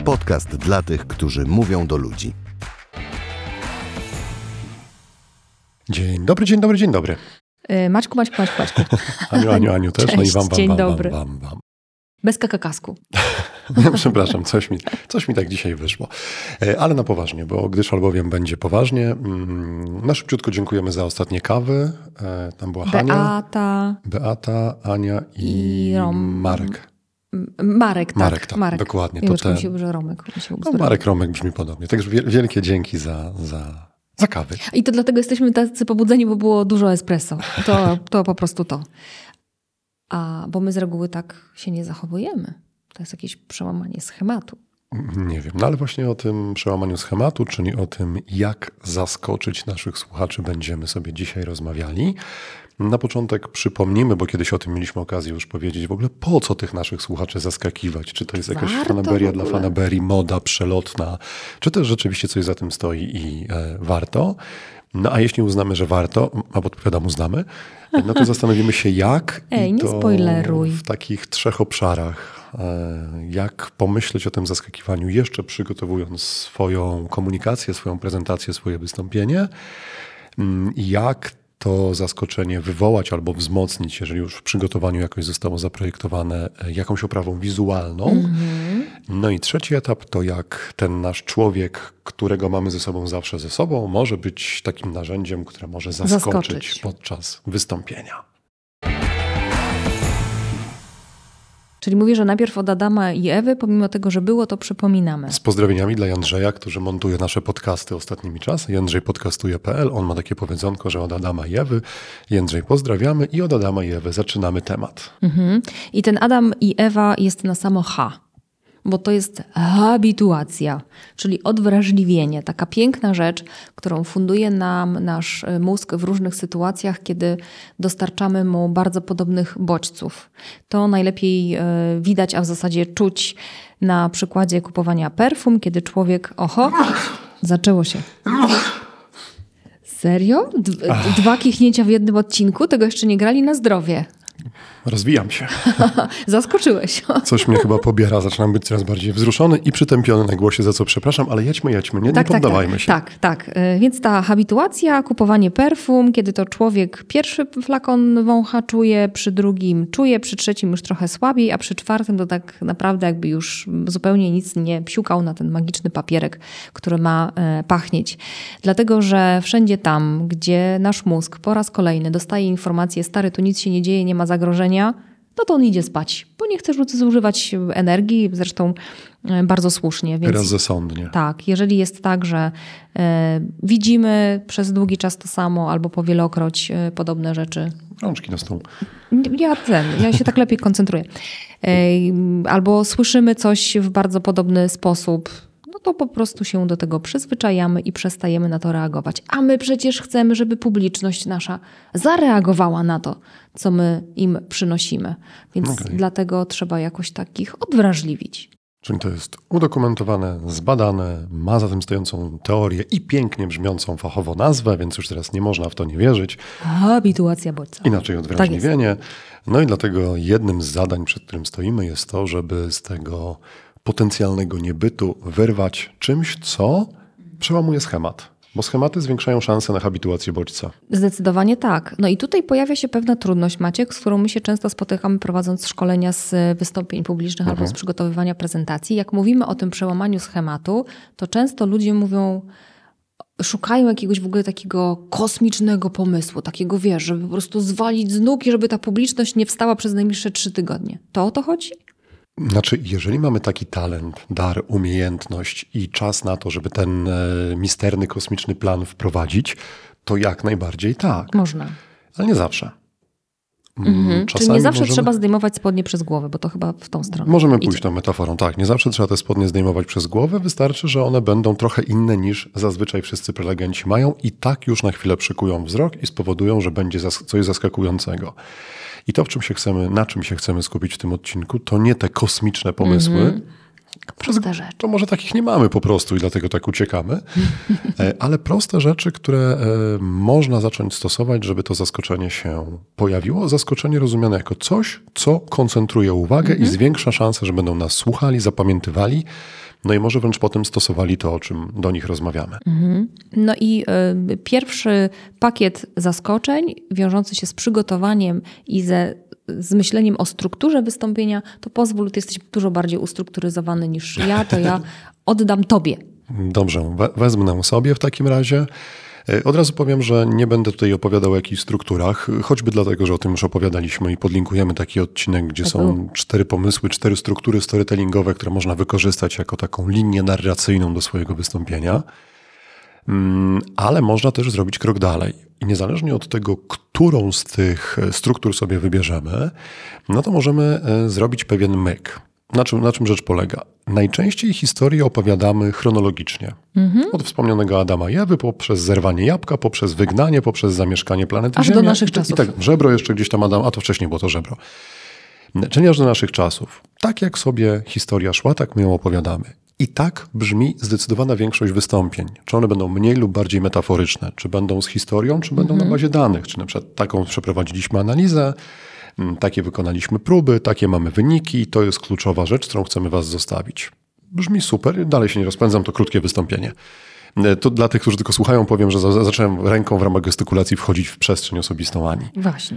Podcast dla tych, którzy mówią do ludzi. Dzień dobry, dzień dobry, dzień dobry. Maćku. Aniu też. Cześć, No i wam. dzień dobry. Bez kakakasku. Przepraszam, coś mi tak dzisiaj wyszło. Ale na poważnie, gdyż albowiem będzie poważnie. Na szybciutko dziękujemy za ostatnie kawy. Tam była Hania, Beata, Ania i Marek. Marek, dokładnie. To myślę, że Romek. Romek brzmi podobnie. Także wielkie dzięki za kawy. I to dlatego jesteśmy tacy pobudzeni, bo było dużo espresso. To po prostu to. Bo my z reguły tak się nie zachowujemy. To jest jakieś przełamanie schematu. Nie wiem, ale właśnie o tym przełamaniu schematu, czyli o tym, jak zaskoczyć naszych słuchaczy, będziemy sobie dzisiaj rozmawiali. Na początek przypomnimy, bo kiedyś o tym mieliśmy okazję już powiedzieć, w ogóle po co tych naszych słuchaczy zaskakiwać? Czy to jest jakaś fanaberia dla fanaberii, moda przelotna, czy też rzeczywiście coś za tym stoi i warto? No a jeśli uznamy, że warto, a podpowiadam, uznamy, no to zastanowimy się jak. Nie spoileruj. W takich 3 obszarach. Jak pomyśleć o tym zaskakiwaniu, jeszcze przygotowując swoją komunikację, swoją prezentację, swoje wystąpienie. Jak to zaskoczenie wywołać albo wzmocnić, jeżeli już w przygotowaniu jakoś zostało zaprojektowane jakąś oprawą wizualną. No i 3 etap to jak ten nasz człowiek, którego mamy zawsze ze sobą, może być takim narzędziem, które może zaskoczyć podczas wystąpienia. Czyli mówię, że najpierw od Adama i Ewy, pomimo tego, że było, to przypominamy. Z pozdrowieniami dla Jędrzeja, który montuje nasze podcasty ostatnimi czasy. Jędrzejpodcastuje.pl. On ma takie powiedzonko, że od Adama i Ewy. Jędrzej, pozdrawiamy i od Adama i Ewy zaczynamy temat. I ten Adam i Ewa jest na samo H. Bo to jest habituacja, czyli odwrażliwienie. Taka piękna rzecz, którą funduje nam nasz mózg w różnych sytuacjach, kiedy dostarczamy mu bardzo podobnych bodźców. To najlepiej widać, a w zasadzie czuć na przykładzie kupowania perfum, kiedy człowiek... Zaczęło się. Serio? 2 kichnięcia w jednym odcinku? Tego jeszcze nie grali na zdrowie. Rozwijam się. Zaskoczyłeś. Coś mnie chyba pobiera, zaczynam być coraz bardziej wzruszony i przytępiony na głosie, za co przepraszam, ale jedźmy, nie poddawajmy się. Tak. Więc ta habituacja, kupowanie perfum, kiedy to człowiek pierwszy flakon wącha, czuje, przy drugim czuje, przy trzecim już trochę słabiej, a przy 4 to tak naprawdę jakby już zupełnie nic nie psiukał na ten magiczny papierek, który ma pachnieć. Dlatego, że wszędzie tam, gdzie nasz mózg po raz kolejny dostaje informację, stary, tu nic się nie dzieje, nie ma zagrożenia, no to on idzie spać, bo nie chce zużywać energii, zresztą bardzo słusznie. Więc rozsądnie. Tak, jeżeli jest tak, że widzimy przez długi czas to samo albo powielokroć podobne rzeczy. Rączki na stół. Ja się tak lepiej koncentruję. Albo słyszymy coś w bardzo podobny sposób, no to po prostu się do tego przyzwyczajamy i przestajemy na to reagować. A my przecież chcemy, żeby publiczność nasza zareagowała na to, co my im przynosimy. Więc dlatego trzeba jakoś takich odwrażliwić. Czyli to jest udokumentowane, zbadane, ma za tym stojącą teorię i pięknie brzmiącą fachowo nazwę, więc już teraz nie można w to nie wierzyć. Habituacja bodźca. Inaczej odwrażliwienie. Tak, no i dlatego jednym z zadań, przed którym stoimy, jest to, żeby z tego potencjalnego niebytu wyrwać czymś, co przełamuje schemat. Bo schematy zwiększają szanse na habituację bodźca. Zdecydowanie tak. No i tutaj pojawia się pewna trudność, Maciek, z którą my się często spotykamy, prowadząc szkolenia z wystąpień publicznych albo z przygotowywania prezentacji. Jak mówimy o tym przełamaniu schematu, to często ludzie mówią, szukają jakiegoś w ogóle takiego kosmicznego pomysłu, takiego, żeby po prostu zwalić z nóg i żeby ta publiczność nie wstała przez najbliższe 3 tygodnie. To o to chodzi? Znaczy, jeżeli mamy taki talent, dar, umiejętność i czas na to, żeby ten misterny, kosmiczny plan wprowadzić, to jak najbardziej tak. Można. Ale nie zawsze. Czyli nie zawsze trzeba zdejmować spodnie przez głowę, bo to chyba w tą stronę możemy pójść tą metaforą. Tak, nie zawsze trzeba te spodnie zdejmować przez głowę. Wystarczy, że one będą trochę inne niż zazwyczaj wszyscy prelegenci mają i tak już na chwilę przykują wzrok i spowodują, że będzie coś zaskakującego. I to, na czym się chcemy skupić w tym odcinku, to nie te kosmiczne pomysły. Proste rzeczy. To może takich nie mamy po prostu i dlatego tak uciekamy, ale proste rzeczy, które można zacząć stosować, żeby to zaskoczenie się pojawiło. Zaskoczenie rozumiane jako coś, co koncentruje uwagę i zwiększa szansę, że będą nas słuchali, zapamiętywali no i może wręcz potem stosowali to, o czym do nich rozmawiamy. No i pierwszy pakiet zaskoczeń wiążący się z przygotowaniem i z myśleniem o strukturze wystąpienia, to pozwól, ty jesteś dużo bardziej ustrukturyzowany niż ja, to ja oddam tobie. Dobrze, wezmę sobie w takim razie. Od razu powiem, że nie będę tutaj opowiadał o jakichś strukturach, choćby dlatego, że o tym już opowiadaliśmy i podlinkujemy taki odcinek, gdzie są 4 pomysły, 4 struktury storytellingowe, które można wykorzystać jako taką linię narracyjną do swojego wystąpienia. Ale można też zrobić krok dalej. I niezależnie od tego, którą z tych struktur sobie wybierzemy, no to możemy zrobić pewien myk. Na czym rzecz polega? Najczęściej historię opowiadamy chronologicznie. Od wspomnianego Adama i Ewy, poprzez zerwanie jabłka, poprzez wygnanie, poprzez zamieszkanie planety Ziemia. Aż do naszych czasów. I tak, żebro jeszcze gdzieś tam Adam, a to wcześniej było to żebro. Czyli aż do naszych czasów. Tak jak sobie historia szła, tak my ją opowiadamy. I tak brzmi zdecydowana większość wystąpień. Czy one będą mniej lub bardziej metaforyczne, czy będą z historią, czy będą na bazie danych. Czy na przykład taką przeprowadziliśmy analizę, takie wykonaliśmy próby, takie mamy wyniki, to jest kluczowa rzecz, którą chcemy was zostawić. Brzmi super, dalej się nie rozpędzam, to krótkie wystąpienie. To dla tych, którzy tylko słuchają, powiem, że zacząłem ręką w ramach gestykulacji wchodzić w przestrzeń osobistą Ani. Właśnie.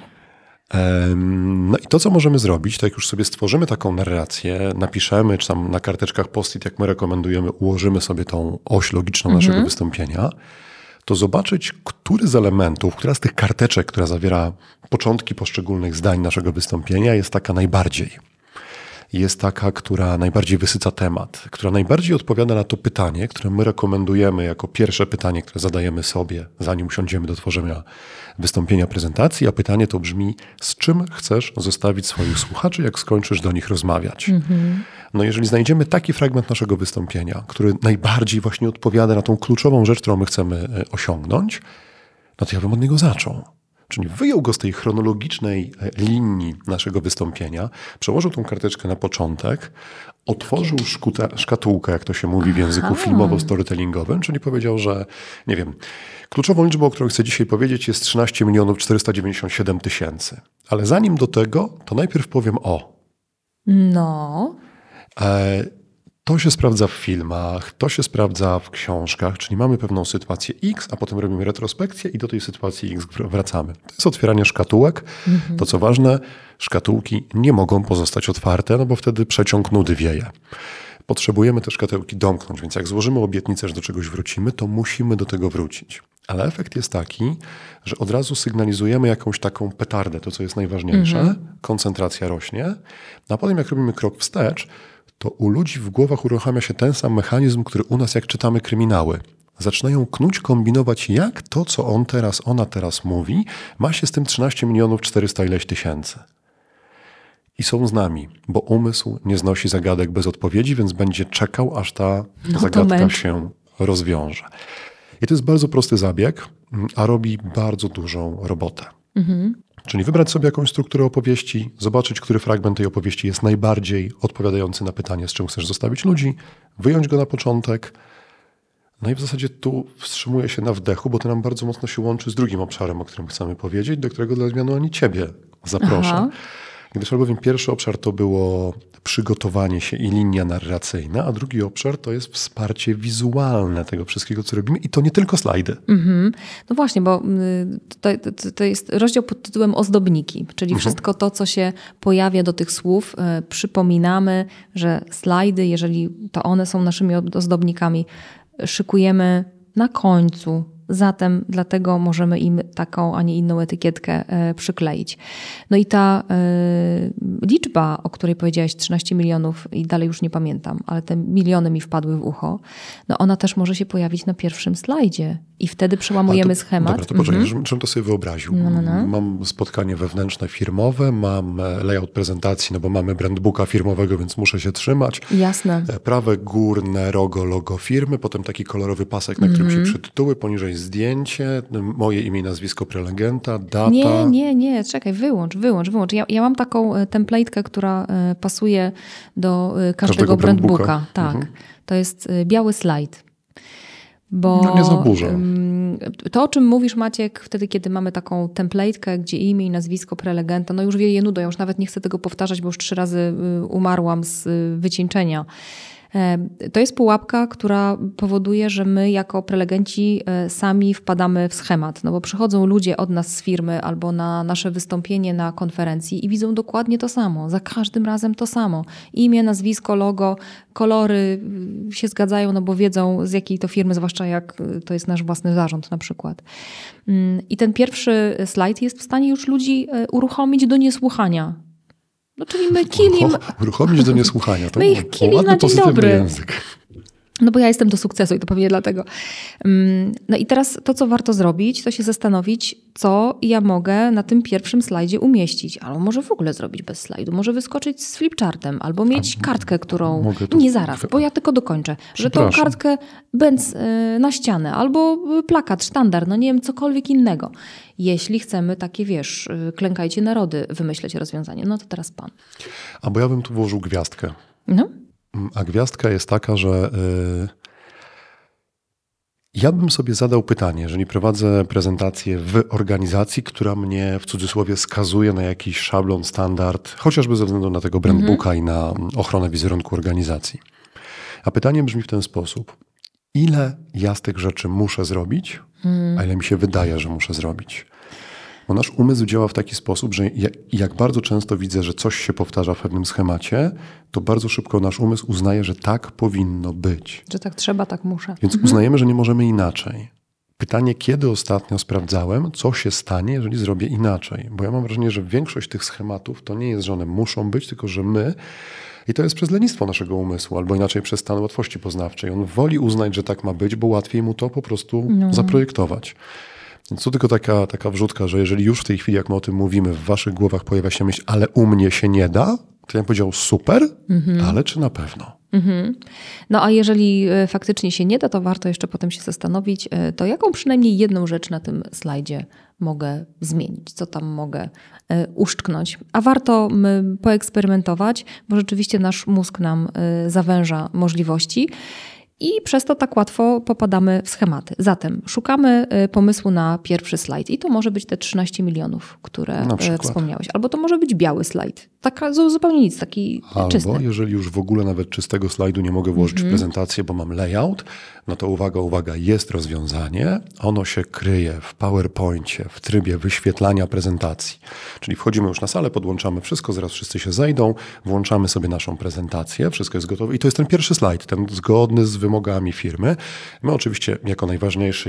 No i to, co możemy zrobić, to jak już sobie stworzymy taką narrację, napiszemy, czy tam na karteczkach post-it, jak my rekomendujemy, ułożymy sobie tą oś logiczną naszego wystąpienia, to zobaczyć, który z elementów, która z tych karteczek, która zawiera początki poszczególnych zdań naszego wystąpienia, jest taka najbardziej. Jest taka, która najbardziej wysyca temat, która najbardziej odpowiada na to pytanie, które my rekomendujemy jako pierwsze pytanie, które zadajemy sobie, zanim usiądziemy do tworzenia wystąpienia, prezentacji, a pytanie to brzmi, z czym chcesz zostawić swoich słuchaczy, jak skończysz do nich rozmawiać. No jeżeli znajdziemy taki fragment naszego wystąpienia, który najbardziej właśnie odpowiada na tą kluczową rzecz, którą my chcemy osiągnąć, no to ja bym od niego zaczął. Czyli wyjął go z tej chronologicznej linii naszego wystąpienia, przełożył tą karteczkę na początek, otworzył szkatułkę, jak to się mówi w języku filmowo-storytellingowym, czyli powiedział, że nie wiem, kluczową liczbą, o której chcę dzisiaj powiedzieć, jest 13 497 000. Ale zanim do tego, to najpierw powiem No. To się sprawdza w filmach, to się sprawdza w książkach, czyli mamy pewną sytuację X, a potem robimy retrospekcję i do tej sytuacji X wracamy. To jest otwieranie szkatułek. To co ważne, szkatułki nie mogą pozostać otwarte, no bo wtedy przeciąg nudy wieje. Potrzebujemy te szkatułki domknąć, więc jak złożymy obietnicę, że do czegoś wrócimy, to musimy do tego wrócić. Ale efekt jest taki, że od razu sygnalizujemy jakąś taką petardę, to co jest najważniejsze, koncentracja rośnie, a potem jak robimy krok wstecz, to u ludzi w głowach uruchamia się ten sam mechanizm, który u nas jak czytamy kryminały. Zaczynają knuć, kombinować, jak to, co ona teraz mówi, ma się z tym 13 400 ileś tysięcy. I są z nami, bo umysł nie znosi zagadek bez odpowiedzi, więc będzie czekał, aż ta zagadka się rozwiąże. I to jest bardzo prosty zabieg, a robi bardzo dużą robotę. Czyli wybrać sobie jakąś strukturę opowieści, zobaczyć, który fragment tej opowieści jest najbardziej odpowiadający na pytanie, z czym chcesz zostawić ludzi, wyjąć go na początek. No i w zasadzie tu wstrzymuję się na wdechu, bo to nam bardzo mocno się łączy z drugim obszarem, o którym chcemy powiedzieć, do którego dla zmiany Ani ciebie zaproszę. Gdyż albowiem pierwszy obszar to było przygotowanie się i linia narracyjna, a drugi obszar to jest wsparcie wizualne tego wszystkiego, co robimy i to nie tylko slajdy. No właśnie, bo to jest rozdział pod tytułem ozdobniki, czyli wszystko to, co się pojawia do tych słów. Przypominamy, że slajdy, jeżeli to one są naszymi ozdobnikami, szykujemy na końcu. Zatem dlatego możemy im taką, a nie inną etykietkę przykleić. No i ta liczba, o której powiedziałaś, 13 milionów i dalej już nie pamiętam, ale te miliony mi wpadły w ucho, no ona też może się pojawić na pierwszym slajdzie i wtedy przełamujemy schemat. Dobra, to poczekaj, żebym to sobie wyobraził. Mam spotkanie wewnętrzne firmowe, mam layout prezentacji, no bo mamy brandbooka firmowego, więc muszę się trzymać. Jasne. Prawe górne logo firmy, potem taki kolorowy pasek, na którym się przytytuły, poniżej zdjęcie, moje imię i nazwisko prelegenta, data. Nie, czekaj, wyłącz. Ja mam taką template'kę, która pasuje do każdego brandbooka. Tak, to jest biały slajd. Bo no nie zaburzę. To, o czym mówisz, Maciek, wtedy, kiedy mamy taką template'kę, gdzie imię i nazwisko prelegenta, no już wieje nudą, ja już nawet nie chcę tego powtarzać, bo już 3 razy umarłam z wycieńczenia. To jest pułapka, która powoduje, że my jako prelegenci sami wpadamy w schemat, no bo przychodzą ludzie od nas z firmy albo na nasze wystąpienie na konferencji i widzą dokładnie to samo, za każdym razem to samo. Imię, nazwisko, logo, kolory się zgadzają, no bo wiedzą z jakiej to firmy, zwłaszcza jak to jest nasz własny zarząd na przykład. I ten pierwszy slajd jest w stanie już ludzi uruchomić do niesłuchania. No czyli my kilim... Uruchomić do niesłuchania. To my ich kilim ładny, na dzień pozytywny dobry. język. No bo ja jestem do sukcesu i to pewnie dlatego. No i teraz to, co warto zrobić, to się zastanowić, co ja mogę na tym pierwszym slajdzie umieścić. Albo może w ogóle zrobić bez slajdu. Może wyskoczyć z flipchartem, albo mieć kartkę, którą... Nie zaraz, bo ja tylko dokończę. Że tą kartkę bęc na ścianę, albo plakat, sztandar, no nie wiem, cokolwiek innego. Jeśli chcemy takie, wiesz, klękajcie narody, wymyśleć rozwiązanie. No to teraz pan. A bo ja bym tu włożył gwiazdkę. No. A gwiazdka jest taka, że ja bym sobie zadał pytanie, jeżeli prowadzę prezentację w organizacji, która mnie w cudzysłowie skazuje na jakiś szablon, standard, chociażby ze względu na tego brandbooka i na ochronę wizerunku organizacji. A pytanie brzmi w ten sposób. Ile ja z tych rzeczy muszę zrobić, a ile mi się wydaje, że muszę zrobić? Bo nasz umysł działa w taki sposób, że jak bardzo często widzę, że coś się powtarza w pewnym schemacie, to bardzo szybko nasz umysł uznaje, że tak powinno być. Że tak trzeba, tak muszę. Więc uznajemy, że nie możemy inaczej. Pytanie, kiedy ostatnio sprawdzałem, co się stanie, jeżeli zrobię inaczej. Bo ja mam wrażenie, że większość tych schematów to nie jest, że one muszą być, tylko że my... I to jest przez lenistwo naszego umysłu, albo inaczej przez stan łatwości poznawczej. On woli uznać, że tak ma być, bo łatwiej mu to po prostu zaprojektować. Więc to tylko taka wrzutka, że jeżeli już w tej chwili, jak my o tym mówimy, w waszych głowach pojawia się myśl, ale u mnie się nie da, to ja bym powiedział super, ale czy na pewno? No a jeżeli faktycznie się nie da, to warto jeszcze potem się zastanowić, to jaką przynajmniej jedną rzecz na tym slajdzie mogę zmienić, co tam mogę uszczknąć. A warto poeksperymentować, bo rzeczywiście nasz mózg nam zawęża możliwości. I przez to tak łatwo popadamy w schematy. Zatem szukamy pomysłu na pierwszy slajd. I to może być te 13 milionów, które wspomniałeś. Albo to może być biały slajd. Taka zupełnie nic, taki czysty. Albo jeżeli już w ogóle nawet czystego slajdu nie mogę włożyć w prezentację, bo mam layout, no to uwaga, jest rozwiązanie. Ono się kryje w PowerPoincie, w trybie wyświetlania prezentacji. Czyli wchodzimy już na salę, podłączamy wszystko, zaraz wszyscy się zejdą, włączamy sobie naszą prezentację, wszystko jest gotowe. I to jest ten pierwszy slajd, ten zgodny z wymogami firmy. My oczywiście jako najważniejsze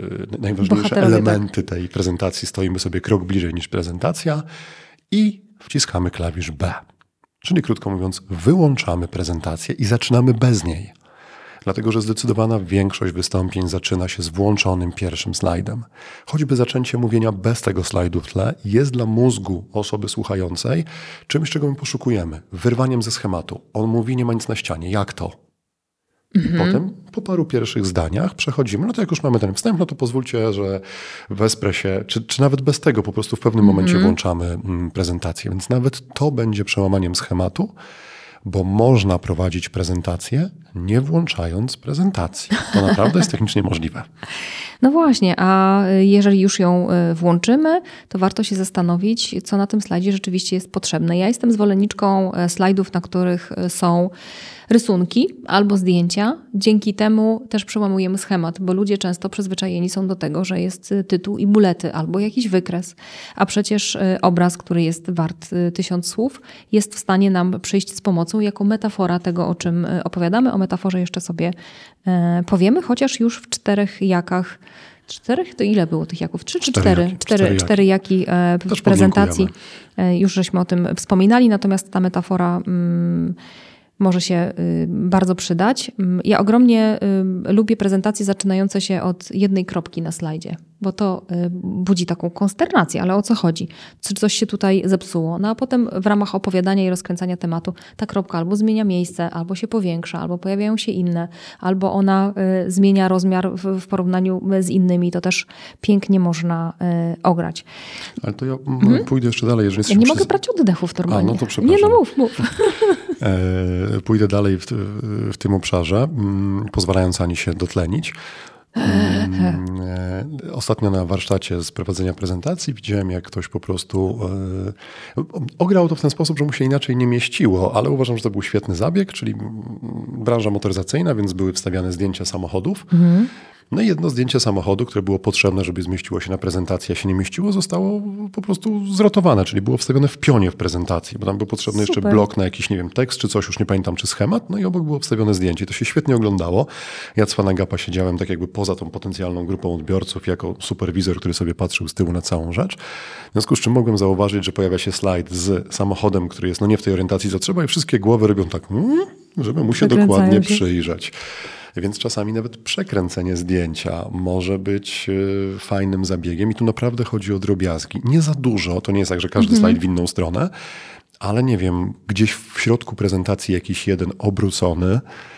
elementy tej prezentacji stoimy sobie krok bliżej niż prezentacja i wciskamy klawisz B. Czyli krótko mówiąc, wyłączamy prezentację i zaczynamy bez niej. Dlatego, że zdecydowana większość wystąpień zaczyna się z włączonym pierwszym slajdem. Choćby zaczęcie mówienia bez tego slajdu w tle jest dla mózgu osoby słuchającej czymś, czego my poszukujemy. Wyrwaniem ze schematu. On mówi, nie ma nic na ścianie. Jak to? I potem po paru pierwszych zdaniach przechodzimy. No to jak już mamy ten wstęp, no to pozwólcie, że wesprę się, czy nawet bez tego po prostu w pewnym momencie włączamy prezentację. Więc nawet to będzie przełamaniem schematu, bo można prowadzić prezentację, nie włączając prezentacji. To naprawdę jest technicznie możliwe. No właśnie, a jeżeli już ją włączymy, to warto się zastanowić, co na tym slajdzie rzeczywiście jest potrzebne. Ja jestem zwolenniczką slajdów, na których są rysunki albo zdjęcia. Dzięki temu też przełamujemy schemat, bo ludzie często przyzwyczajeni są do tego, że jest tytuł i bulety albo jakiś wykres. A przecież obraz, który jest wart 1000 słów, jest w stanie nam przyjść z pomocą jako metafora tego, o czym opowiadamy. O metaforze jeszcze sobie powiemy, chociaż już w 4 jakach. 4? To ile było tych jaków? 3 czy 4? 4 jaki w prezentacji. Już żeśmy o tym wspominali, natomiast ta metafora może się bardzo przydać. Ja ogromnie lubię prezentacje zaczynające się od jednej kropki na slajdzie, bo to budzi taką konsternację, ale o co chodzi? Czy coś się tutaj zepsuło? No a potem w ramach opowiadania i rozkręcania tematu ta kropka albo zmienia miejsce, albo się powiększa, albo pojawiają się inne, albo ona zmienia rozmiar w porównaniu z innymi. To też pięknie można ograć. Ale to ja pójdę jeszcze dalej. Jeżeli ja nie mogę brać oddechów normalnie. No to przepraszam. Nie, no mów. Pójdę dalej w tym obszarze, pozwalając Ani się dotlenić. Ostatnio na warsztacie z prowadzenia prezentacji widziałem, jak ktoś po prostu ograł to w ten sposób, że mu się inaczej nie mieściło, ale uważam, że to był świetny zabieg, czyli branża motoryzacyjna, więc były wstawiane zdjęcia samochodów. No i jedno zdjęcie samochodu, które było potrzebne, żeby zmieściło się na prezentacji, a się nie mieściło, zostało po prostu zrotowane, czyli było wstawione w pionie w prezentacji, bo tam był potrzebny jeszcze blok na jakiś, nie wiem, tekst czy coś, już nie pamiętam, czy schemat, no i obok było wstawione zdjęcie. To się świetnie oglądało. Ja cwana gapa siedziałem tak jakby poza tą potencjalną grupą odbiorców, jako superwizor, który sobie patrzył z tyłu na całą rzecz. W związku z czym mogłem zauważyć, że pojawia się slajd z samochodem, który jest nie w tej orientacji, co trzeba i wszystkie głowy robią tak, żeby mu się dokładnie przyjrzeć. Więc czasami nawet przekręcenie zdjęcia może być fajnym zabiegiem i tu naprawdę chodzi o drobiazgi. Nie za dużo, to nie jest tak, że każdy slajd w inną stronę, ale nie wiem, gdzieś w środku prezentacji jakiś jeden obrócony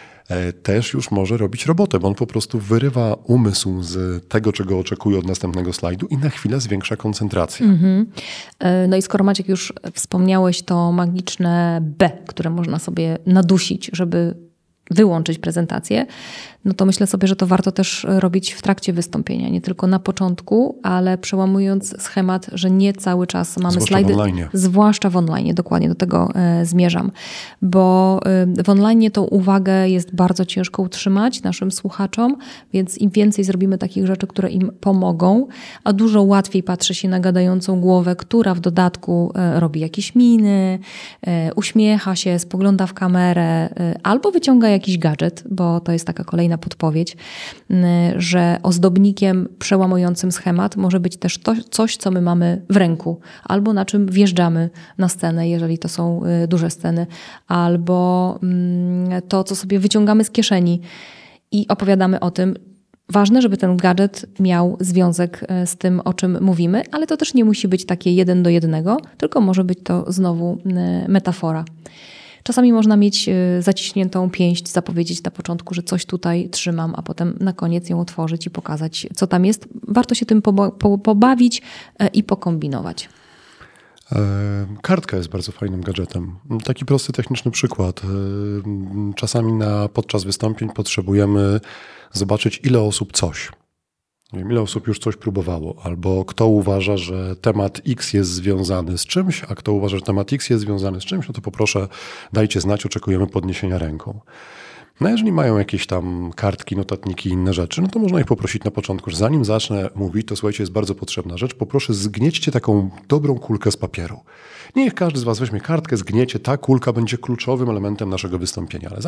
też już może robić robotę, bo on po prostu wyrywa umysł z tego, czego oczekuje od następnego slajdu i na chwilę zwiększa koncentrację. No i skoro Maciek już wspomniałeś to magiczne B, które można sobie nadusić, żeby wyłączyć prezentację, no to myślę sobie, że to warto też robić w trakcie wystąpienia. Nie tylko na początku, ale przełamując schemat, że nie cały czas mamy slajdy. Zwłaszcza w online. Dokładnie do tego zmierzam. Bo w online tą uwagę jest bardzo ciężko utrzymać naszym słuchaczom, więc im więcej zrobimy takich rzeczy, które im pomogą, a dużo łatwiej patrzy się na gadającą głowę, która w dodatku robi jakieś miny, uśmiecha się, spogląda w kamerę albo wyciąga jakiś gadżet, bo to jest taka kolejna podpowiedź, że ozdobnikiem przełamującym schemat może być też coś, co my mamy w ręku, albo na czym wjeżdżamy na scenę, jeżeli to są duże sceny, albo to, co sobie wyciągamy z kieszeni i opowiadamy o tym. Ważne, żeby ten gadżet miał związek z tym, o czym mówimy, ale to też nie musi być takie 1 do 1, tylko może być to znowu metafora. Czasami można mieć zaciśniętą pięść, zapowiedzieć na początku, że coś tutaj trzymam, a potem na koniec ją otworzyć i pokazać, co tam jest. Warto się tym pobawić i pokombinować. Kartka jest bardzo fajnym gadżetem. Taki prosty techniczny przykład. Czasami podczas wystąpień potrzebujemy zobaczyć, ile osób coś. Nie wiem, ile osób już coś próbowało, albo kto uważa, że temat X jest związany z czymś, a kto uważa, że temat X jest związany z czymś, no to poproszę, dajcie znać, oczekujemy podniesienia ręką. No jeżeli mają jakieś tam kartki, notatniki i inne rzeczy, no to można ich poprosić na początku, że zanim zacznę mówić, to słuchajcie, jest bardzo potrzebna rzecz, poproszę zgniećcie taką dobrą kulkę z papieru. Niech każdy z was weźmie kartkę, zgniecie, ta kulka będzie kluczowym elementem naszego wystąpienia, ale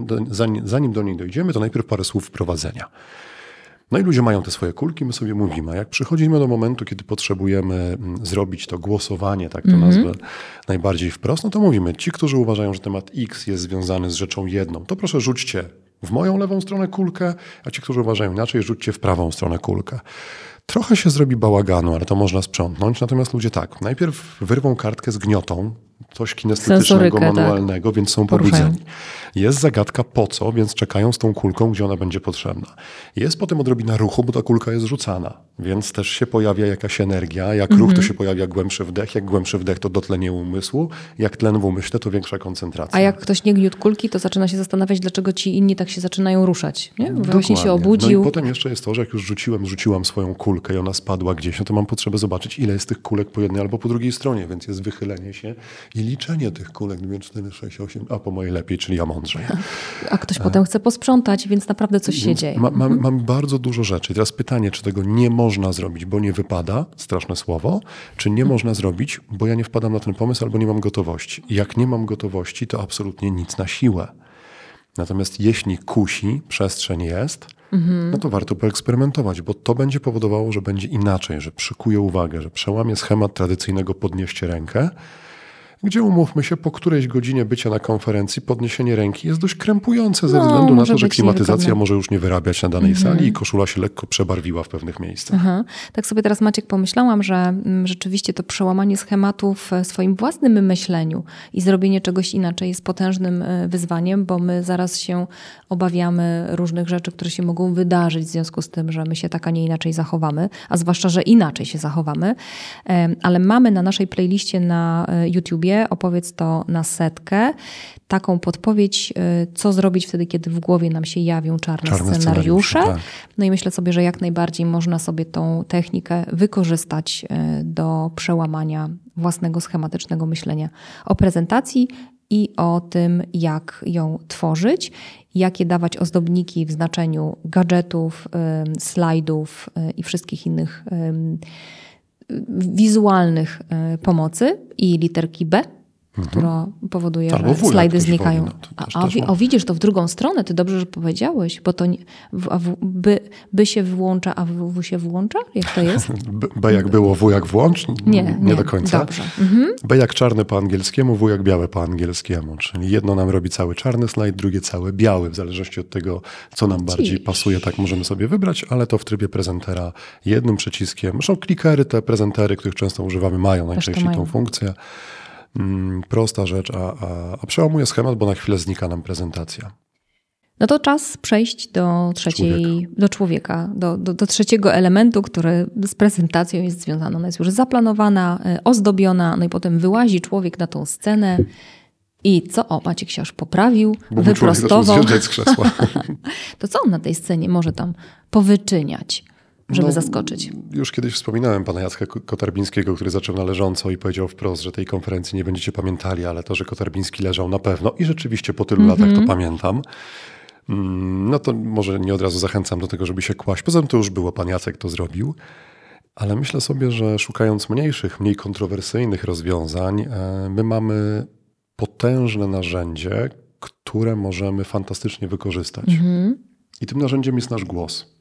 zanim do niej dojdziemy, to najpierw parę słów wprowadzenia. No i ludzie mają te swoje kulki, my sobie mówimy. A jak przychodzimy do momentu, kiedy potrzebujemy zrobić to głosowanie, tak to nazwę najbardziej wprost, no to mówimy, ci, którzy uważają, że temat X jest związany z rzeczą jedną, to proszę rzućcie w moją lewą stronę kulkę, a ci, którzy uważają inaczej, rzućcie w prawą stronę kulkę. Trochę się zrobi bałaganu, ale to można sprzątnąć. Natomiast ludzie tak, najpierw wyrwą kartkę z gniotą, coś kinestetycznego, manualnego, tak. Więc są pobudzeni. Jest zagadka po co, więc czekają z tą kulką, gdzie ona będzie potrzebna. Jest potem odrobina ruchu, bo ta kulka jest rzucana, więc też się pojawia jakaś energia. Jak ruch, to się pojawia głębszy wdech. Jak głębszy wdech, to dotlenie umysłu. Jak tlen w umyśle, to większa koncentracja. A jak ktoś nie gniótł kulki, to zaczyna się zastanawiać, dlaczego ci inni tak się zaczynają ruszać. Nie? Właśnie się obudził. No i potem jeszcze jest to, że jak już rzuciłam swoją kulkę i ona spadła gdzieś, no to mam potrzebę zobaczyć, ile jest tych kulek po jednej albo po drugiej stronie, więc jest wychylenie się i liczenie tych kulek. 2, 4, 6, 8, a po mojej lepiej, czyli ja mądrzej. A ktoś potem chce posprzątać, więc naprawdę coś się dzieje. Mam bardzo dużo rzeczy. Teraz pytanie, czy tego nie można zrobić, bo nie wypada, straszne słowo, czy nie można zrobić, bo ja nie wpadam na ten pomysł albo nie mam gotowości. Jak nie mam gotowości, to absolutnie nic na siłę. Natomiast jeśli kusi, przestrzeń jest, no to warto poeksperymentować, bo to będzie powodowało, że będzie inaczej, że przykuje uwagę, że przełamie schemat tradycyjnego podnieście rękę, gdzie umówmy się, po którejś godzinie bycia na konferencji podniesienie ręki jest dość krępujące ze względu na to, że klimatyzacja może już nie wyrabiać na danej sali i koszula się lekko przebarwiła w pewnych miejscach. Tak sobie teraz, Maciek, pomyślałam, że rzeczywiście to przełamanie schematów w swoim własnym myśleniu i zrobienie czegoś inaczej jest potężnym wyzwaniem, bo my zaraz się obawiamy różnych rzeczy, które się mogą wydarzyć w związku z tym, że my się tak, a nie inaczej zachowamy, a zwłaszcza, że inaczej się zachowamy. Ale mamy na naszej playliście na YouTubie, opowiedz to na 100, taką podpowiedź, co zrobić wtedy, kiedy w głowie nam się jawią czarne scenariusze. Tak. No i myślę sobie, że jak najbardziej można sobie tą technikę wykorzystać do przełamania własnego schematycznego myślenia o prezentacji i o tym, jak ją tworzyć, jakie dawać ozdobniki w znaczeniu gadżetów, slajdów i wszystkich innych wizualnych pomocy i literki B, która powoduje, Albo że slajdy ktoś znikają. woli, no, to też Widzisz, to w drugą stronę, ty dobrze, że powiedziałeś, bo to by się wyłącza, a w się włącza? Jak to jest? B jak było, W jak włącz? Nie do końca. Dobrze. B jak czarny po angielskiemu, W jak białe po angielskiemu. Czyli jedno nam robi cały czarny slajd, drugie cały biały. W zależności od tego, co nam bardziej pasuje, tak możemy sobie wybrać, ale to w trybie prezentera jednym przyciskiem. Zresztą klikery, te prezentery, których często używamy, mają najczęściej tą funkcję. Prosta rzecz, a przełamuje schemat, bo na chwilę znika nam prezentacja. No to czas przejść do człowieka, do trzeciego elementu, który z prezentacją jest związany. Ona jest już zaplanowana, ozdobiona, no i potem wyłazi człowiek na tą scenę i co? O, Maciek się aż poprawił, bo wyprostował. Zjeżdżać z krzesła. To co on na tej scenie może tam powyczyniać, żeby zaskoczyć? Już kiedyś wspominałem pana Jacka Kotarbińskiego, który zaczął należąco i powiedział wprost, że tej konferencji nie będziecie pamiętali, ale to, że Kotarbiński leżał na pewno i rzeczywiście po tylu latach to pamiętam. No to może nie od razu zachęcam do tego, żeby się kłaść. Poza tym to już było, pan Jacek to zrobił. Ale myślę sobie, że szukając mniejszych, mniej kontrowersyjnych rozwiązań, my mamy potężne narzędzie, które możemy fantastycznie wykorzystać. I tym narzędziem jest nasz głos.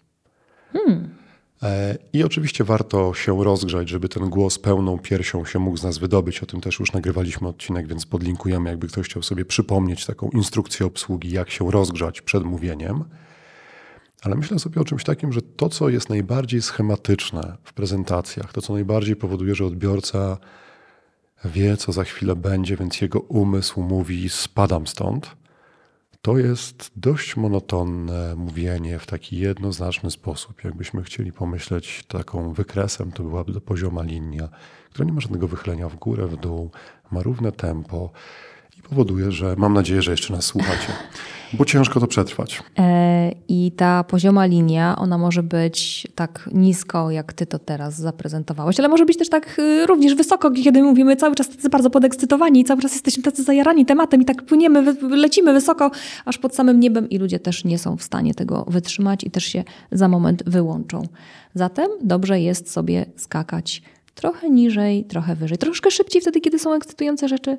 I oczywiście warto się rozgrzać, żeby ten głos pełną piersią się mógł z nas wydobyć. O tym też już nagrywaliśmy odcinek, więc podlinkujemy, jakby ktoś chciał sobie przypomnieć taką instrukcję obsługi, jak się rozgrzać przed mówieniem. Ale myślę sobie o czymś takim, że to, co jest najbardziej schematyczne w prezentacjach, to, co najbardziej powoduje, że odbiorca wie, co za chwilę będzie, więc jego umysł mówi spadam stąd, to jest dość monotonne mówienie w taki jednoznaczny sposób. Jakbyśmy chcieli pomyśleć taką wykresem, to byłaby pozioma linia, która nie ma żadnego wychylenia w górę, w dół, ma równe tempo i powoduje, że mam nadzieję, że jeszcze nas słuchacie, bo ciężko to przetrwać. I ta pozioma linia, ona może być tak nisko, jak ty to teraz zaprezentowałeś, ale może być też tak również wysoko, kiedy mówimy cały czas tacy bardzo podekscytowani i cały czas jesteśmy tacy zajarani tematem i tak płyniemy, lecimy wysoko, aż pod samym niebem i ludzie też nie są w stanie tego wytrzymać i też się za moment wyłączą. Zatem dobrze jest sobie skakać trochę niżej, trochę wyżej, troszkę szybciej wtedy, kiedy są ekscytujące rzeczy,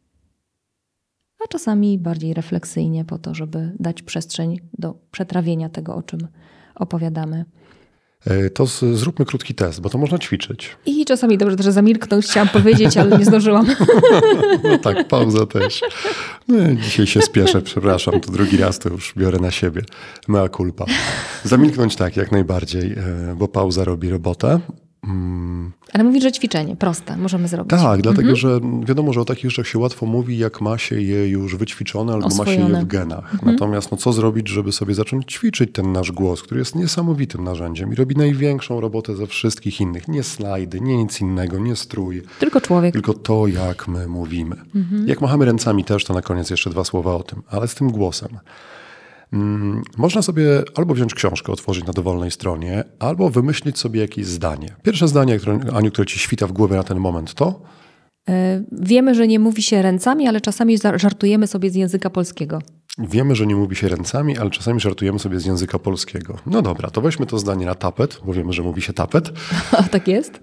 a czasami bardziej refleksyjnie po to, żeby dać przestrzeń do przetrawienia tego, o czym opowiadamy. To zróbmy krótki test, bo to można ćwiczyć. I czasami dobrze też zamilknąć, chciałam powiedzieć, ale nie zdążyłam. No tak, pauza też. No, dzisiaj się spieszę, przepraszam, to drugi raz to już biorę na siebie. Mea culpa. Zamilknąć tak, jak najbardziej, bo pauza robi robotę. Ale mówisz, że ćwiczenie proste możemy zrobić. Tak, dlatego że wiadomo, że o takich rzeczach się łatwo mówi, jak ma się je już wyćwiczone albo oswojone. ma się je w genach. Natomiast co zrobić, żeby sobie zacząć ćwiczyć ten nasz głos, który jest niesamowitym narzędziem i robi największą robotę ze wszystkich innych. Nie slajdy, nie nic innego, nie strój. Tylko człowiek. Tylko to, jak my mówimy. Jak machamy ręcami też, to na koniec jeszcze 2 słowa o tym, ale z tym głosem. Można sobie albo wziąć książkę, otworzyć na dowolnej stronie, albo wymyślić sobie jakieś zdanie. Pierwsze zdanie, Aniu, które ci świta w głowie na ten moment, to? Wiemy, że nie mówi się ręcami, ale czasami żartujemy sobie z języka polskiego. Wiemy, że nie mówi się ręcami, ale czasami żartujemy sobie z języka polskiego. No dobra, to weźmy to zdanie na tapet, bo wiemy, że mówi się tapet. A tak jest?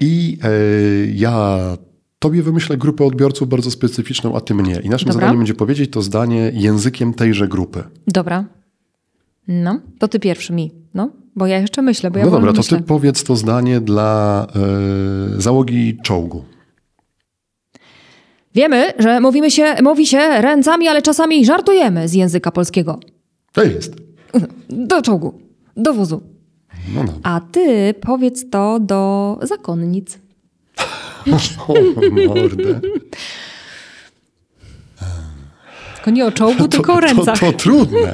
Ja tobie wymyślę grupę odbiorców bardzo specyficzną, a ty mnie. I naszym zadaniem będzie powiedzieć to zdanie językiem tejże grupy. Dobra. No, to ty pierwszy mi. No, bo ja jeszcze myślę, bo ja No dobra, to myślę. ty powiedz to zdanie dla załogi czołgu. Wiemy, że mówi się ręcami, ale czasami żartujemy z języka polskiego. To jest. Do czołgu, do wozu. No. A ty powiedz to do zakonnic. O, mordę. Tylko nie o czołgu, tylko o ręcach. To trudne.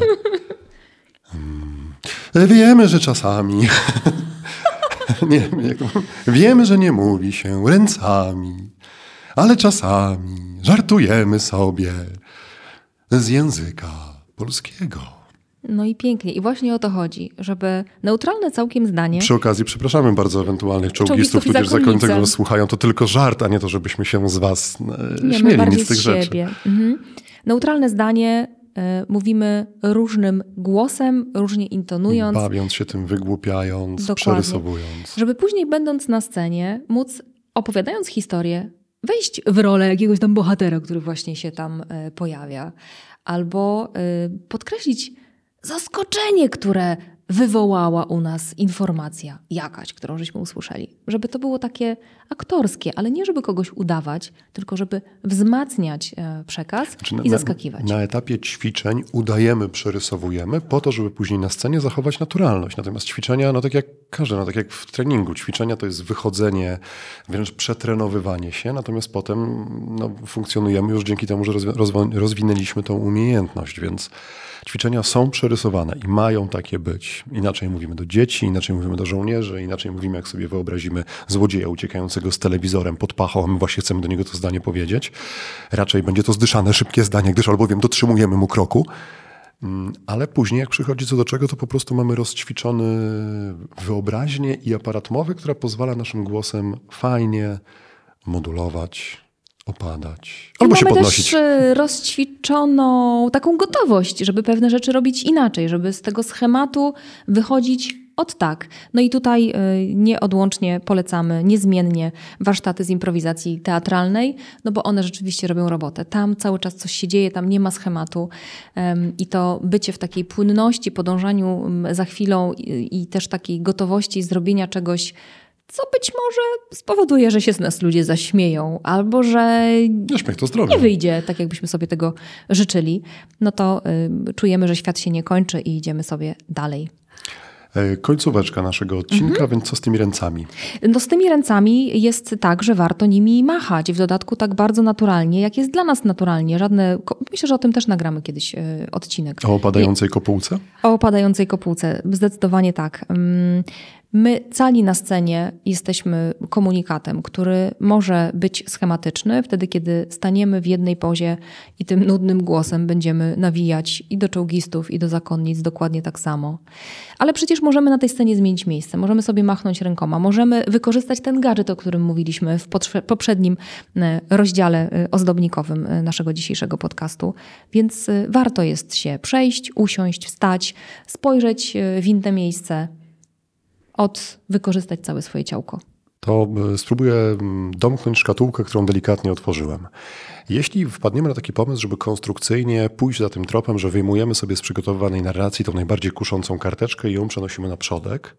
Wiemy, że czasami... nie wiem, jak to... Wiemy, że nie mówi się ręcami, ale czasami żartujemy sobie z języka polskiego. No i pięknie. I właśnie o to chodzi, żeby neutralne całkiem zdanie... Przy okazji przepraszamy bardzo ewentualnych czołgistów, i tudzież zakonnicę, zakonnice. nas słuchają. To tylko żart, a nie to, żebyśmy się z was Nie, my śmieli, bardziej nic z tych z rzeczy. siebie. Neutralne zdanie mówimy różnym głosem, różnie intonując. Bawiąc się tym, wygłupiając, Dokładnie. przerysowując. Żeby później będąc na scenie móc, opowiadając historię, wejść w rolę jakiegoś tam bohatera, który właśnie się tam pojawia. Albo podkreślić zaskoczenie, które wywołała u nas informacja jakaś, którą żeśmy usłyszeli. Żeby to było takie aktorskie, ale nie żeby kogoś udawać, tylko żeby wzmacniać przekaz i zaskakiwać. Na etapie ćwiczeń udajemy, przerysowujemy po to, żeby później na scenie zachować naturalność. Natomiast ćwiczenia, no tak jak każde, no tak jak w treningu, ćwiczenia to jest wychodzenie, wręcz przetrenowywanie się, natomiast potem funkcjonujemy już dzięki temu, że rozwinęliśmy tą umiejętność, więc ćwiczenia są przerysowane i mają takie być. Inaczej mówimy do dzieci, inaczej mówimy do żołnierzy, inaczej mówimy, jak sobie wyobrazimy złodzieja uciekającego z telewizorem pod pachą, a my właśnie chcemy do niego to zdanie powiedzieć. Raczej będzie to zdyszane, szybkie zdanie, gdyż albowiem dotrzymujemy mu kroku. Ale później, jak przychodzi co do czego, to po prostu mamy rozćwiczony wyobraźnię i aparat mowy, która pozwala naszym głosem fajnie modulować, opadać, albo się podnosić. Mamy też rozćwiczoną taką gotowość, żeby pewne rzeczy robić inaczej, żeby z tego schematu wychodzić od tak. No i tutaj nieodłącznie polecamy niezmiennie warsztaty z improwizacji teatralnej, no bo one rzeczywiście robią robotę. Tam cały czas coś się dzieje, tam nie ma schematu i to bycie w takiej płynności, podążaniu za chwilą i też takiej gotowości zrobienia czegoś, co być może spowoduje, że się z nas ludzie zaśmieją, albo że Śmiech to zdrowie. nie wyjdzie tak, jakbyśmy sobie tego życzyli, no to czujemy, że świat się nie kończy i idziemy sobie dalej. Końcóweczka naszego odcinka, więc co z tymi ręcami? No z tymi ręcami jest tak, że warto nimi machać. W dodatku tak bardzo naturalnie, jak jest dla nas naturalnie. Myślę, że o tym też nagramy kiedyś odcinek. O opadającej kopułce? O opadającej kopułce. Zdecydowanie tak. My cali na scenie jesteśmy komunikatem, który może być schematyczny wtedy, kiedy staniemy w jednej pozie i tym nudnym głosem będziemy nawijać i do czołgistów, i do zakonnic dokładnie tak samo. Ale przecież możemy na tej scenie zmienić miejsce, możemy sobie machnąć rękoma, możemy wykorzystać ten gadżet, o którym mówiliśmy w poprzednim rozdziale ozdobnikowym naszego dzisiejszego podcastu. Więc warto jest się przejść, usiąść, wstać, spojrzeć w inne miejsce, wykorzystać całe swoje ciałko. To spróbuję domknąć szkatułkę, którą delikatnie otworzyłem. Jeśli wpadniemy na taki pomysł, żeby konstrukcyjnie pójść za tym tropem, że wyjmujemy sobie z przygotowywanej narracji tą najbardziej kuszącą karteczkę i ją przenosimy na przodek,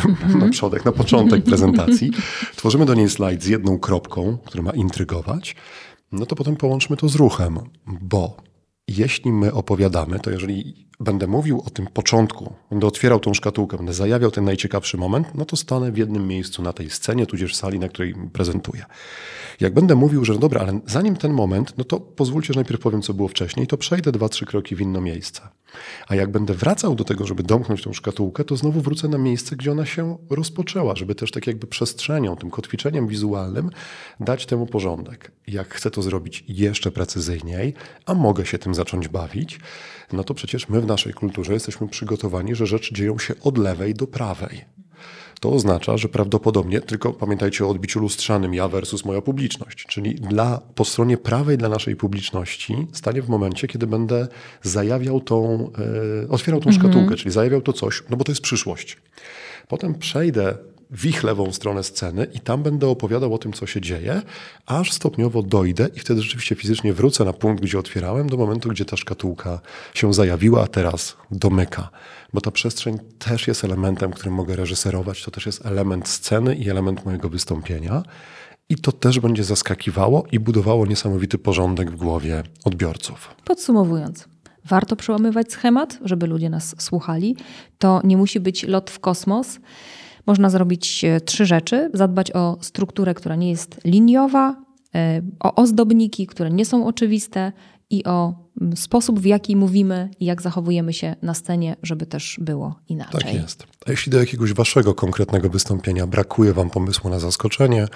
na początek prezentacji, tworzymy do niej slajd z jedną kropką, która ma intrygować, no to potem połączmy to z ruchem, bo jeśli my opowiadamy, to jeżeli będę mówił o tym początku, będę otwierał tą szkatułkę, będę zajawiał ten najciekawszy moment, no to stanę w jednym miejscu na tej scenie, tudzież sali, na której prezentuję. Jak będę mówił, że no dobra, ale zanim ten moment, no to pozwólcie, że najpierw powiem, co było wcześniej, to przejdę 2-3 kroki w inne miejsce. A jak będę wracał do tego, żeby domknąć tą szkatułkę, to znowu wrócę na miejsce, gdzie ona się rozpoczęła, żeby też tak jakby przestrzenią, tym kotwiczeniem wizualnym dać temu porządek. Jak chcę to zrobić jeszcze precyzyjniej, a mogę się tym zacząć bawić, no to przecież my w naszej kulturze jesteśmy przygotowani, że rzeczy dzieją się od lewej do prawej. To oznacza, że prawdopodobnie, tylko pamiętajcie o odbiciu lustrzanym ja versus moja publiczność, czyli po stronie prawej dla naszej publiczności stanie w momencie, kiedy będę zajawiał otwierał tą szkatułkę, czyli zajawiał to coś, no bo to jest przyszłość. Potem przejdę w ich lewą stronę sceny i tam będę opowiadał o tym, co się dzieje, aż stopniowo dojdę i wtedy rzeczywiście fizycznie wrócę na punkt, gdzie otwierałem, do momentu, gdzie ta szkatułka się zajawiła, a teraz domyka. Bo ta przestrzeń też jest elementem, którym mogę reżyserować, to też jest element sceny i element mojego wystąpienia. I to też będzie zaskakiwało i budowało niesamowity porządek w głowie odbiorców. Podsumowując, warto przełamywać schemat, żeby ludzie nas słuchali. To nie musi być lot w kosmos. Można zrobić 3 rzeczy. Zadbać o strukturę, która nie jest liniowa, o ozdobniki, które nie są oczywiste i o sposób, w jaki mówimy i jak zachowujemy się na scenie, żeby też było inaczej. Tak jest. A jeśli do jakiegoś waszego konkretnego wystąpienia brakuje wam pomysłu na zaskoczenie,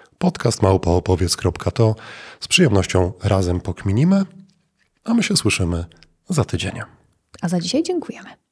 podcast@opowiedz.to. Z przyjemnością razem pokminimy, a my się słyszymy za tydzień. A za dzisiaj dziękujemy.